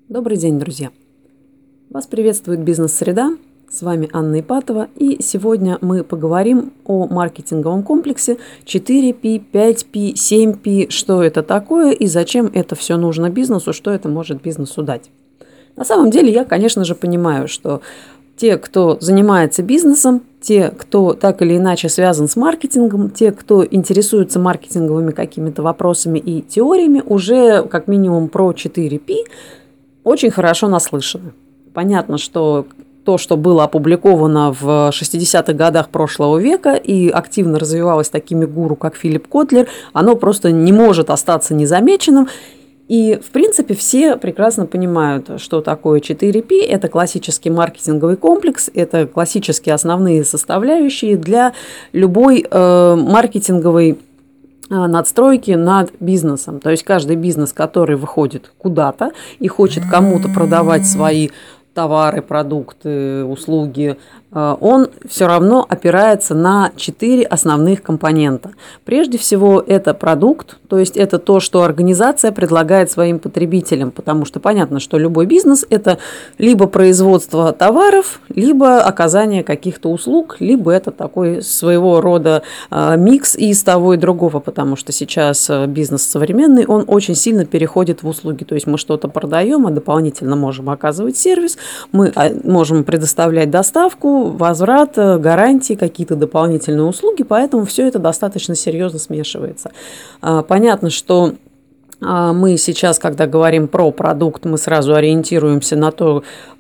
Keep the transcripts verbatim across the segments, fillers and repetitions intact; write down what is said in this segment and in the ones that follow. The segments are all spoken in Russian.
Добрый день, друзья! Вас приветствует бизнес-среда, с вами Анна Ипатова, и сегодня мы поговорим о маркетинговом комплексе четыре пи, пять пи, семь пи, что это такое и зачем это все нужно бизнесу, что это может бизнесу дать. На самом деле я, конечно же, понимаю, что те, кто занимается бизнесом, те, кто так или иначе связан с маркетингом, те, кто интересуется маркетинговыми какими-то вопросами и теориями, уже как минимум про четыре пи очень хорошо наслышаны. Понятно, что то, что было опубликовано в шестидесятых годах прошлого века и активно развивалось такими гуру, как Филипп Котлер, оно просто не может остаться незамеченным. И, в принципе, все прекрасно понимают, что такое четыре пи. Это классический маркетинговый комплекс, это классические основные составляющие для любой э, маркетинговой надстройки над бизнесом. То есть каждый бизнес, который выходит куда-то и хочет кому-то продавать свои товары, продукты, услуги, он все равно опирается на четыре основных компонента. Прежде всего, это продукт, то есть это то, что организация предлагает своим потребителям, потому что понятно, что любой бизнес – это либо производство товаров, либо оказание каких-то услуг, либо это такой своего рода микс из того и другого, потому что сейчас бизнес современный, он очень сильно переходит в услуги, то есть мы что-то продаем, а дополнительно можем оказывать сервис, мы можем предоставлять доставку, возврат, гарантии, какие-то дополнительные услуги, поэтому все это достаточно серьезно смешивается. Понятно, что мы сейчас, когда говорим про продукт, мы сразу ориентируемся на то,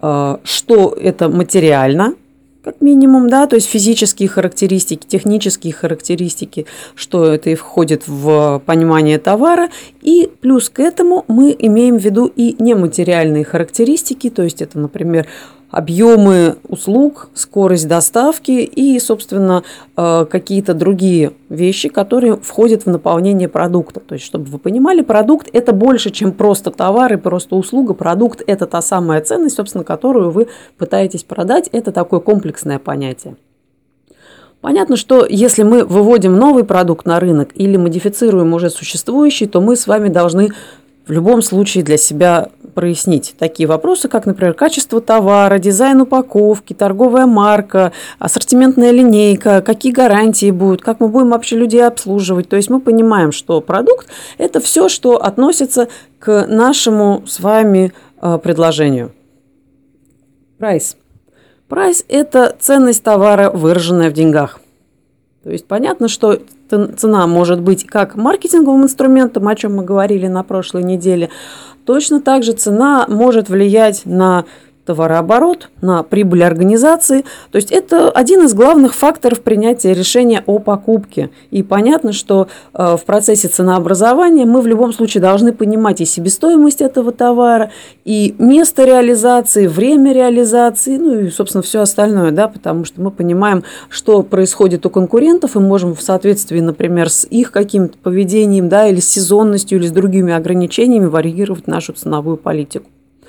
что это материально, как минимум, да, то есть физические характеристики, технические характеристики, что это и входит в понимание товара, и плюс к этому мы имеем в виду и нематериальные характеристики, то есть это, например, объемы услуг, скорость доставки и, собственно, какие-то другие вещи, которые входят в наполнение продукта. То есть, чтобы вы понимали, продукт – это больше, чем просто товар и просто услуга. Продукт – это та самая ценность, собственно, которую вы пытаетесь продать. Это такое комплексное понятие. Понятно, что если мы выводим новый продукт на рынок или модифицируем уже существующий, то мы с вами должны в любом случае для себя прояснить такие вопросы, как, например, качество товара, дизайн упаковки, торговая марка, ассортиментная линейка, какие гарантии будут, как мы будем вообще людей обслуживать. То есть мы понимаем, что продукт – это все, что относится к нашему с вами предложению. Прайс. Прайс – это ценность товара, выраженная в деньгах. То есть понятно, что цена может быть как маркетинговым инструментом, о чем мы говорили на прошлой неделе. Точно так же цена может влиять на товарооборот, на прибыль организации. То есть это один из главных факторов принятия решения о покупке. И понятно, что в процессе ценообразования мы в любом случае должны понимать и себестоимость этого товара, и место реализации, время реализации, ну и, собственно, все остальное, да, потому что мы понимаем, что происходит у конкурентов, и можем в соответствии, например, с их каким-то поведением, да, или с сезонностью, или с другими ограничениями варьировать нашу ценовую политику.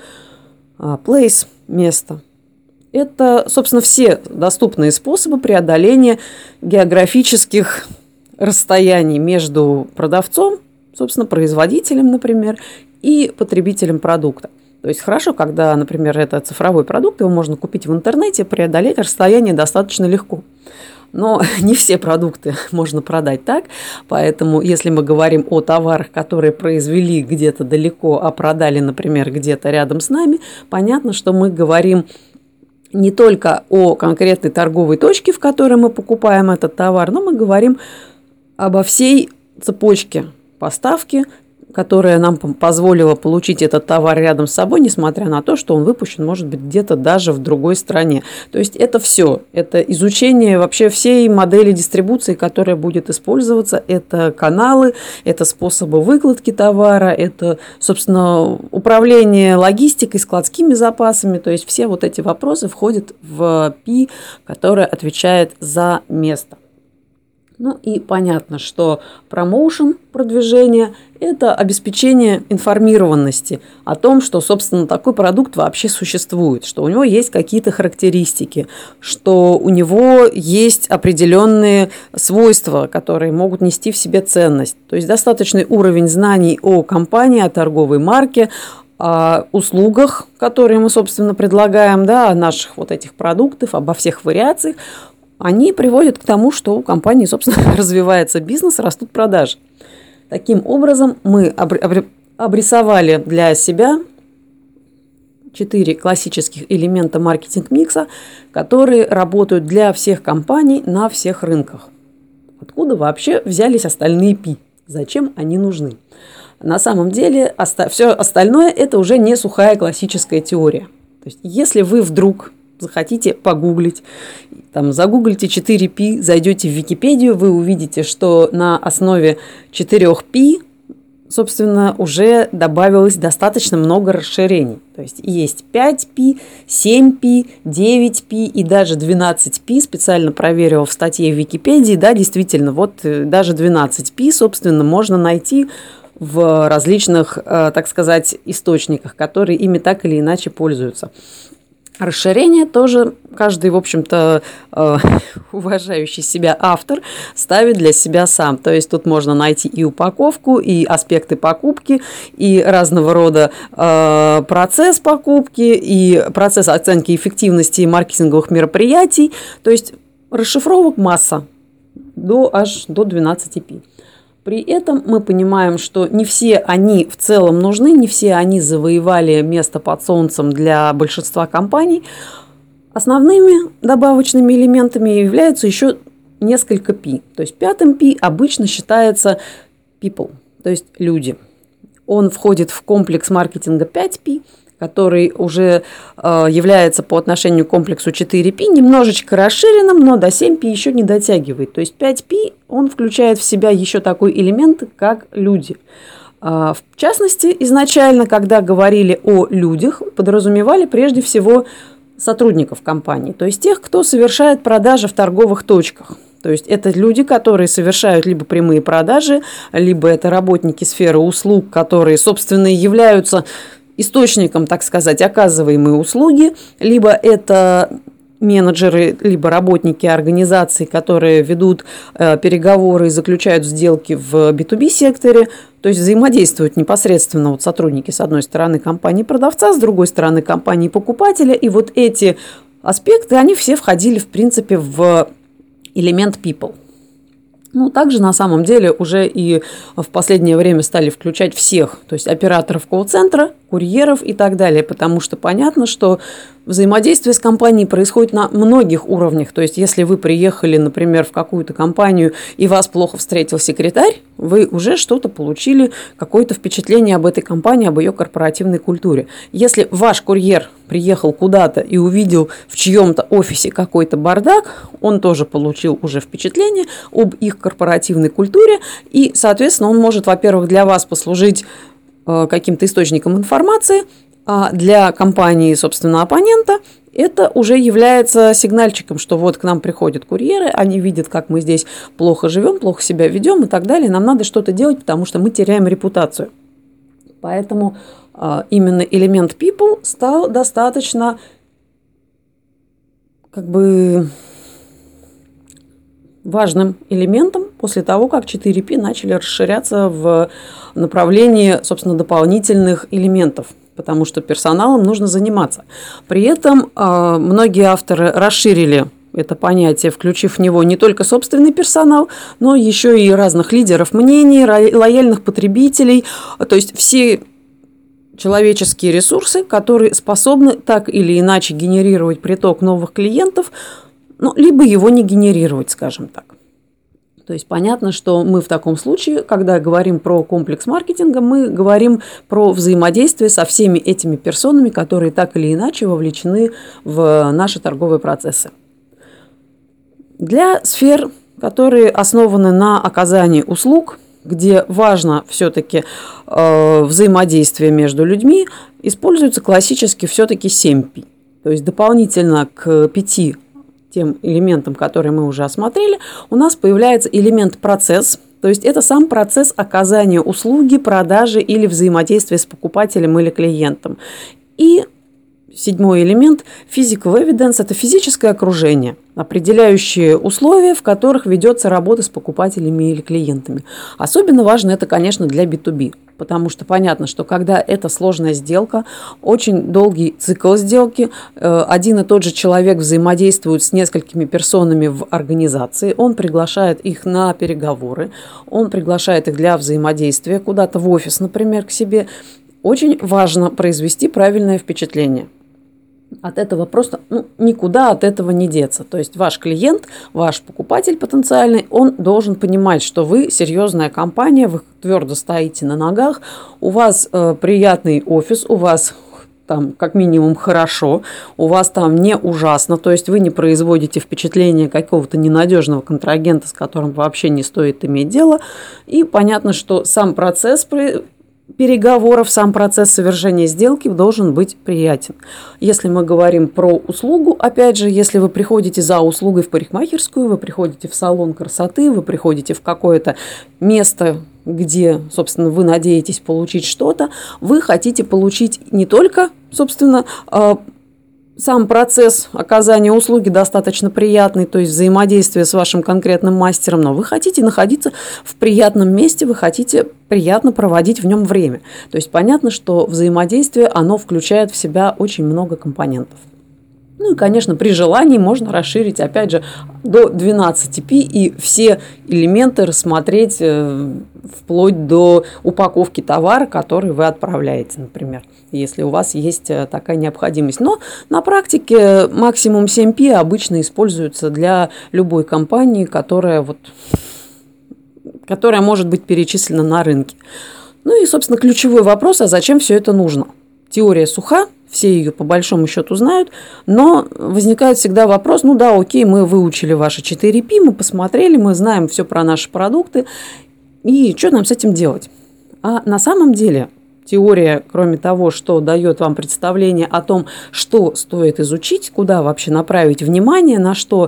Place – место. Это, собственно, все доступные способы преодоления географических расстояний между продавцом, собственно, производителем, например, и потребителем продукта. То есть хорошо, когда, например, это цифровой продукт, его можно купить в интернете, преодолеть расстояние достаточно легко. Но не все продукты можно продать так, поэтому если мы говорим о товарах, которые произвели где-то далеко, а продали, например, где-то рядом с нами, понятно, что мы говорим не только о конкретной торговой точке, в которой мы покупаем этот товар, но мы говорим обо всей цепочке поставки, которая нам позволила получить этот товар рядом с собой, несмотря на то, что он выпущен, может быть, где-то даже в другой стране. То есть это все. Это изучение вообще всей модели дистрибуции, которая будет использоваться. Это каналы, это способы выкладки товара, это, собственно, управление логистикой, складскими запасами. То есть все вот эти вопросы входят в пи, которая отвечает за место. Ну и понятно, что промоушен, продвижение – это обеспечение информированности о том, что, собственно, такой продукт вообще существует, что у него есть какие-то характеристики, что у него есть определенные свойства, которые могут нести в себе ценность. То есть достаточный уровень знаний о компании, о торговой марке, о услугах, которые мы, собственно, предлагаем, да, о наших вот этих продуктах, обо всех вариациях, они приводят к тому, что у компании, собственно, развивается бизнес, растут продажи. Таким образом, мы обрисовали для себя четыре классических элемента маркетинг-микса, которые работают для всех компаний на всех рынках. Откуда вообще взялись остальные пи? Зачем они нужны? На самом деле, оста- все остальное – это уже не сухая классическая теория. То есть, если вы вдруг захотите погуглить, там, загуглите четыре пи, зайдете в Википедию, вы увидите, что на основе четырех пи, собственно, уже добавилось достаточно много расширений. То есть есть пять пи, семь пи, девять пи и даже двенадцать пи. Специально проверила в статье в Википедии. Да, действительно, вот даже двенадцать пи, собственно, можно найти в различных, так сказать, источниках, которые ими так или иначе пользуются. Расширение тоже каждый, в общем-то, э, уважающий себя автор ставит для себя сам. То есть тут можно найти и упаковку, и аспекты покупки, и разного рода э, процесс покупки, и процесс оценки эффективности маркетинговых мероприятий. То есть расшифровок масса, до, аж до двенадцати пи. При этом мы понимаем, что не все они в целом нужны, не все они завоевали место под солнцем для большинства компаний. Основными добавочными элементами являются еще несколько пи. То есть пятым пи обычно считается people, то есть люди. Он входит в комплекс маркетинга пять пи, который уже э, является по отношению к комплексу четыре пи немножечко расширенным, но до семь пи еще не дотягивает. То есть пять пи, он включает в себя еще такой элемент, как люди. Э, в частности, изначально, когда говорили о людях, подразумевали прежде всего сотрудников компании, то есть тех, кто совершает продажи в торговых точках. То есть это люди, которые совершают либо прямые продажи, либо это работники сферы услуг, которые, собственно, являются источником, так сказать, оказываемой услуги, либо это менеджеры, либо работники организаций, которые ведут э, переговоры и заключают сделки в би ту би секторе, то есть взаимодействуют непосредственно вот сотрудники с одной стороны компании-продавца, с другой стороны компании-покупателя, и вот эти аспекты, они все входили, в принципе, в элемент people. Ну, также на самом деле уже и в последнее время стали включать всех, то есть операторов колл-центра, курьеров и так далее, потому что понятно, что взаимодействие с компанией происходит на многих уровнях. То есть, если вы приехали, например, в какую-то компанию и вас плохо встретил секретарь, вы уже что-то получили, какое-то впечатление об этой компании, об ее корпоративной культуре. Если ваш курьер приехал куда-то и увидел в чьем-то офисе какой-то бардак, он тоже получил уже впечатление об их корпоративной культуре, и, соответственно, он может, во-первых, для вас послужить э, каким-то источником информации, а для компании, собственно, оппонента это уже является сигнальчиком, что вот к нам приходят курьеры, они видят, как мы здесь плохо живем, плохо себя ведем и так далее. Нам надо что-то делать, потому что мы теряем репутацию. Поэтому а, именно элемент people стал достаточно как бы важным элементом после того, как четыре пи начали расширяться в направлении, собственно, дополнительных элементов, потому что персоналом нужно заниматься. При этом э, многие авторы расширили это понятие, включив в него не только собственный персонал, но еще и разных лидеров мнений, лояльных потребителей, то есть все человеческие ресурсы, которые способны так или иначе генерировать приток новых клиентов, ну, либо его не генерировать, скажем так. То есть понятно, что мы в таком случае, когда говорим про комплекс маркетинга, мы говорим про взаимодействие со всеми этими персонами, которые так или иначе вовлечены в наши торговые процессы. Для сфер, которые основаны на оказании услуг, где важно все-таки э, взаимодействие между людьми, используется классически все-таки семь пи. То есть дополнительно к пяти тем элементам, которые мы уже осмотрели, у нас появляется элемент процесс, то есть это сам процесс оказания услуги, продажи или взаимодействия с покупателем или клиентом. И седьмой элемент – physical evidence – это физическое окружение, определяющие условия, в которых ведется работа с покупателями или клиентами. Особенно важно это, конечно, для би ту би, потому что понятно, что когда это сложная сделка, очень долгий цикл сделки, один и тот же человек взаимодействует с несколькими персонами в организации, он приглашает их на переговоры, он приглашает их для взаимодействия куда-то в офис, например, к себе. Очень важно произвести правильное впечатление. От этого просто ну, никуда от этого не деться. То есть ваш клиент, ваш покупатель потенциальный, он должен понимать, что вы серьезная компания, вы твердо стоите на ногах, у вас э, приятный офис, у вас там как минимум хорошо, у вас там не ужасно, то есть вы не производите впечатление какого-то ненадежного контрагента, с которым вообще не стоит иметь дело. И понятно, что сам процесс при переговоров, сам процесс совершения сделки должен быть приятен. Если мы говорим про услугу, опять же, если вы приходите за услугой в парикмахерскую, вы приходите в салон красоты, вы приходите в какое-то место, где, собственно, вы надеетесь получить что-то, вы хотите получить не только, собственно, сам процесс оказания услуги достаточно приятный, то есть взаимодействие с вашим конкретным мастером, но вы хотите находиться в приятном месте, вы хотите приятно проводить в нем время. То есть понятно, что взаимодействие, оно включает в себя очень много компонентов. Ну и, конечно, при желании можно расширить, опять же, до двенадцати пи и все элементы рассмотреть э, вплоть до упаковки товара, который вы отправляете, например, если у вас есть такая необходимость. Но на практике максимум семь пи обычно используется для любой компании, которая, вот, которая может быть перечислена на рынке. Ну и, собственно, ключевой вопрос, а зачем все это нужно? Теория суха. Все ее по большому счету знают, но возникает всегда вопрос, ну да, окей, мы выучили ваши четыре пи, мы посмотрели, мы знаем все про наши продукты, и что нам с этим делать? А на самом деле теория, кроме того, что дает вам представление о том, что стоит изучить, куда вообще направить внимание, на что,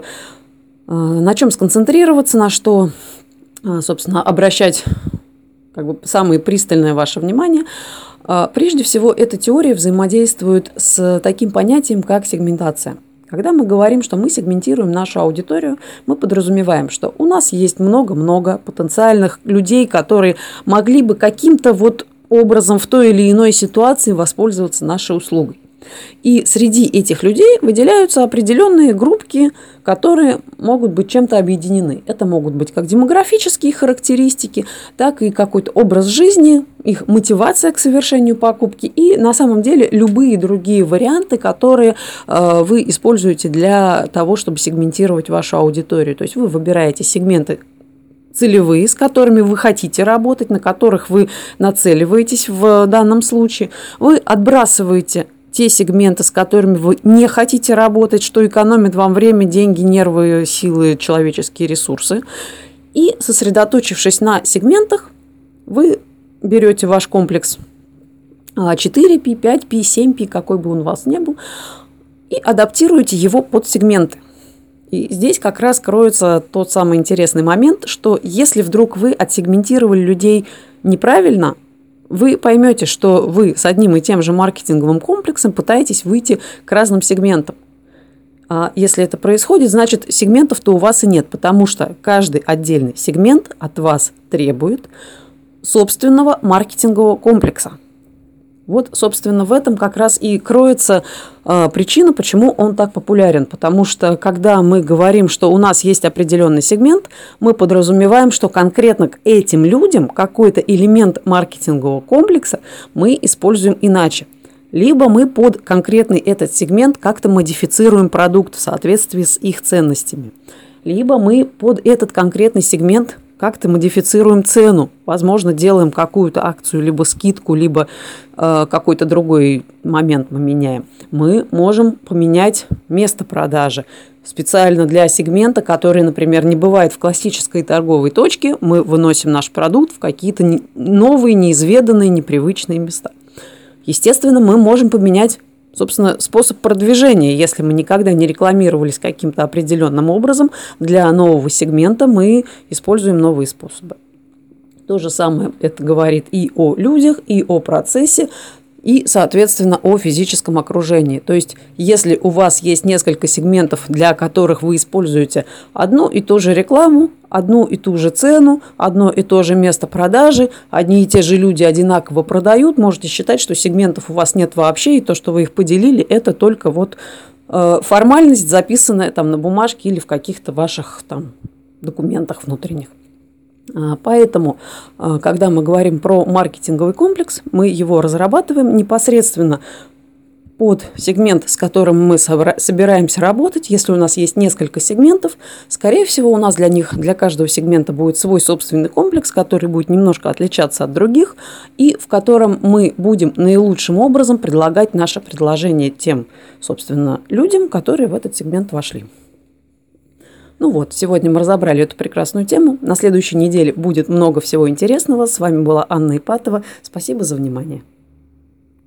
на чем сконцентрироваться, на что, собственно, обращать как бы самое пристальное ваше внимание. Прежде всего, эта теория взаимодействует с таким понятием, как сегментация. Когда мы говорим, что мы сегментируем нашу аудиторию, мы подразумеваем, что у нас есть много-много потенциальных людей, которые могли бы каким-то вот образом в той или иной ситуации воспользоваться нашей услугой. И среди этих людей выделяются определенные группки, которые могут быть чем-то объединены. Это могут быть как демографические характеристики, так и какой-то образ жизни, их мотивация к совершению покупки и на самом деле любые другие варианты, которые э, вы используете для того, чтобы сегментировать вашу аудиторию. То есть вы выбираете сегменты целевые, с которыми вы хотите работать, на которых вы нацеливаетесь в данном случае. Вы отбрасываете те сегменты, с которыми вы не хотите работать, что экономит вам время, деньги, нервы, силы, человеческие ресурсы. И, сосредоточившись на сегментах, вы берете ваш комплекс четыре пи, пять пи, семь пи, какой бы он у вас ни был, и адаптируете его под сегменты. И здесь как раз кроется тот самый интересный момент, что если вдруг вы отсегментировали людей неправильно, вы поймете, что вы с одним и тем же маркетинговым комплексом пытаетесь выйти к разным сегментам. А если это происходит, значит, сегментов-то у вас и нет, потому что каждый отдельный сегмент от вас требует собственного маркетингового комплекса. Вот, собственно, в этом как раз и кроется э, причина, почему он так популярен. Потому что, когда мы говорим, что у нас есть определенный сегмент, мы подразумеваем, что конкретно к этим людям какой-то элемент маркетингового комплекса мы используем иначе. Либо мы под конкретный этот сегмент как-то модифицируем продукт в соответствии с их ценностями. Либо мы под этот конкретный сегмент как-то модифицируем цену. Возможно, делаем какую-то акцию, либо скидку, либо э, какой-то другой момент мы меняем. Мы можем поменять место продажи. Специально для сегмента, который, например, не бывает в классической торговой точке, мы выносим наш продукт в какие-то новые, неизведанные, непривычные места. Естественно, мы можем поменять, собственно, способ продвижения. Если мы никогда не рекламировались каким-то определенным образом, для нового сегмента мы используем новые способы. То же самое это говорит и о людях, и о процессе. и, соответственно, о физическом окружении. То есть, если у вас есть несколько сегментов, для которых вы используете одну и ту же рекламу, одну и ту же цену, одно и то же место продажи, одни и те же люди одинаково продают, можете считать, что сегментов у вас нет вообще, и то, что вы их поделили, это только вот э, формальность, записанная там на бумажке или в каких-то ваших там документах внутренних. Поэтому, когда мы говорим про маркетинговый комплекс, мы его разрабатываем непосредственно под сегмент, с которым мы собираемся работать. Если у нас есть несколько сегментов, скорее всего, у нас для них, для каждого сегмента будет свой собственный комплекс, который будет немножко отличаться от других, и в котором мы будем наилучшим образом предлагать наше предложение тем, собственно, людям, которые в этот сегмент вошли. Ну вот, сегодня мы разобрали эту прекрасную тему. На следующей неделе будет много всего интересного. С вами была Анна Ипатова. Спасибо за внимание.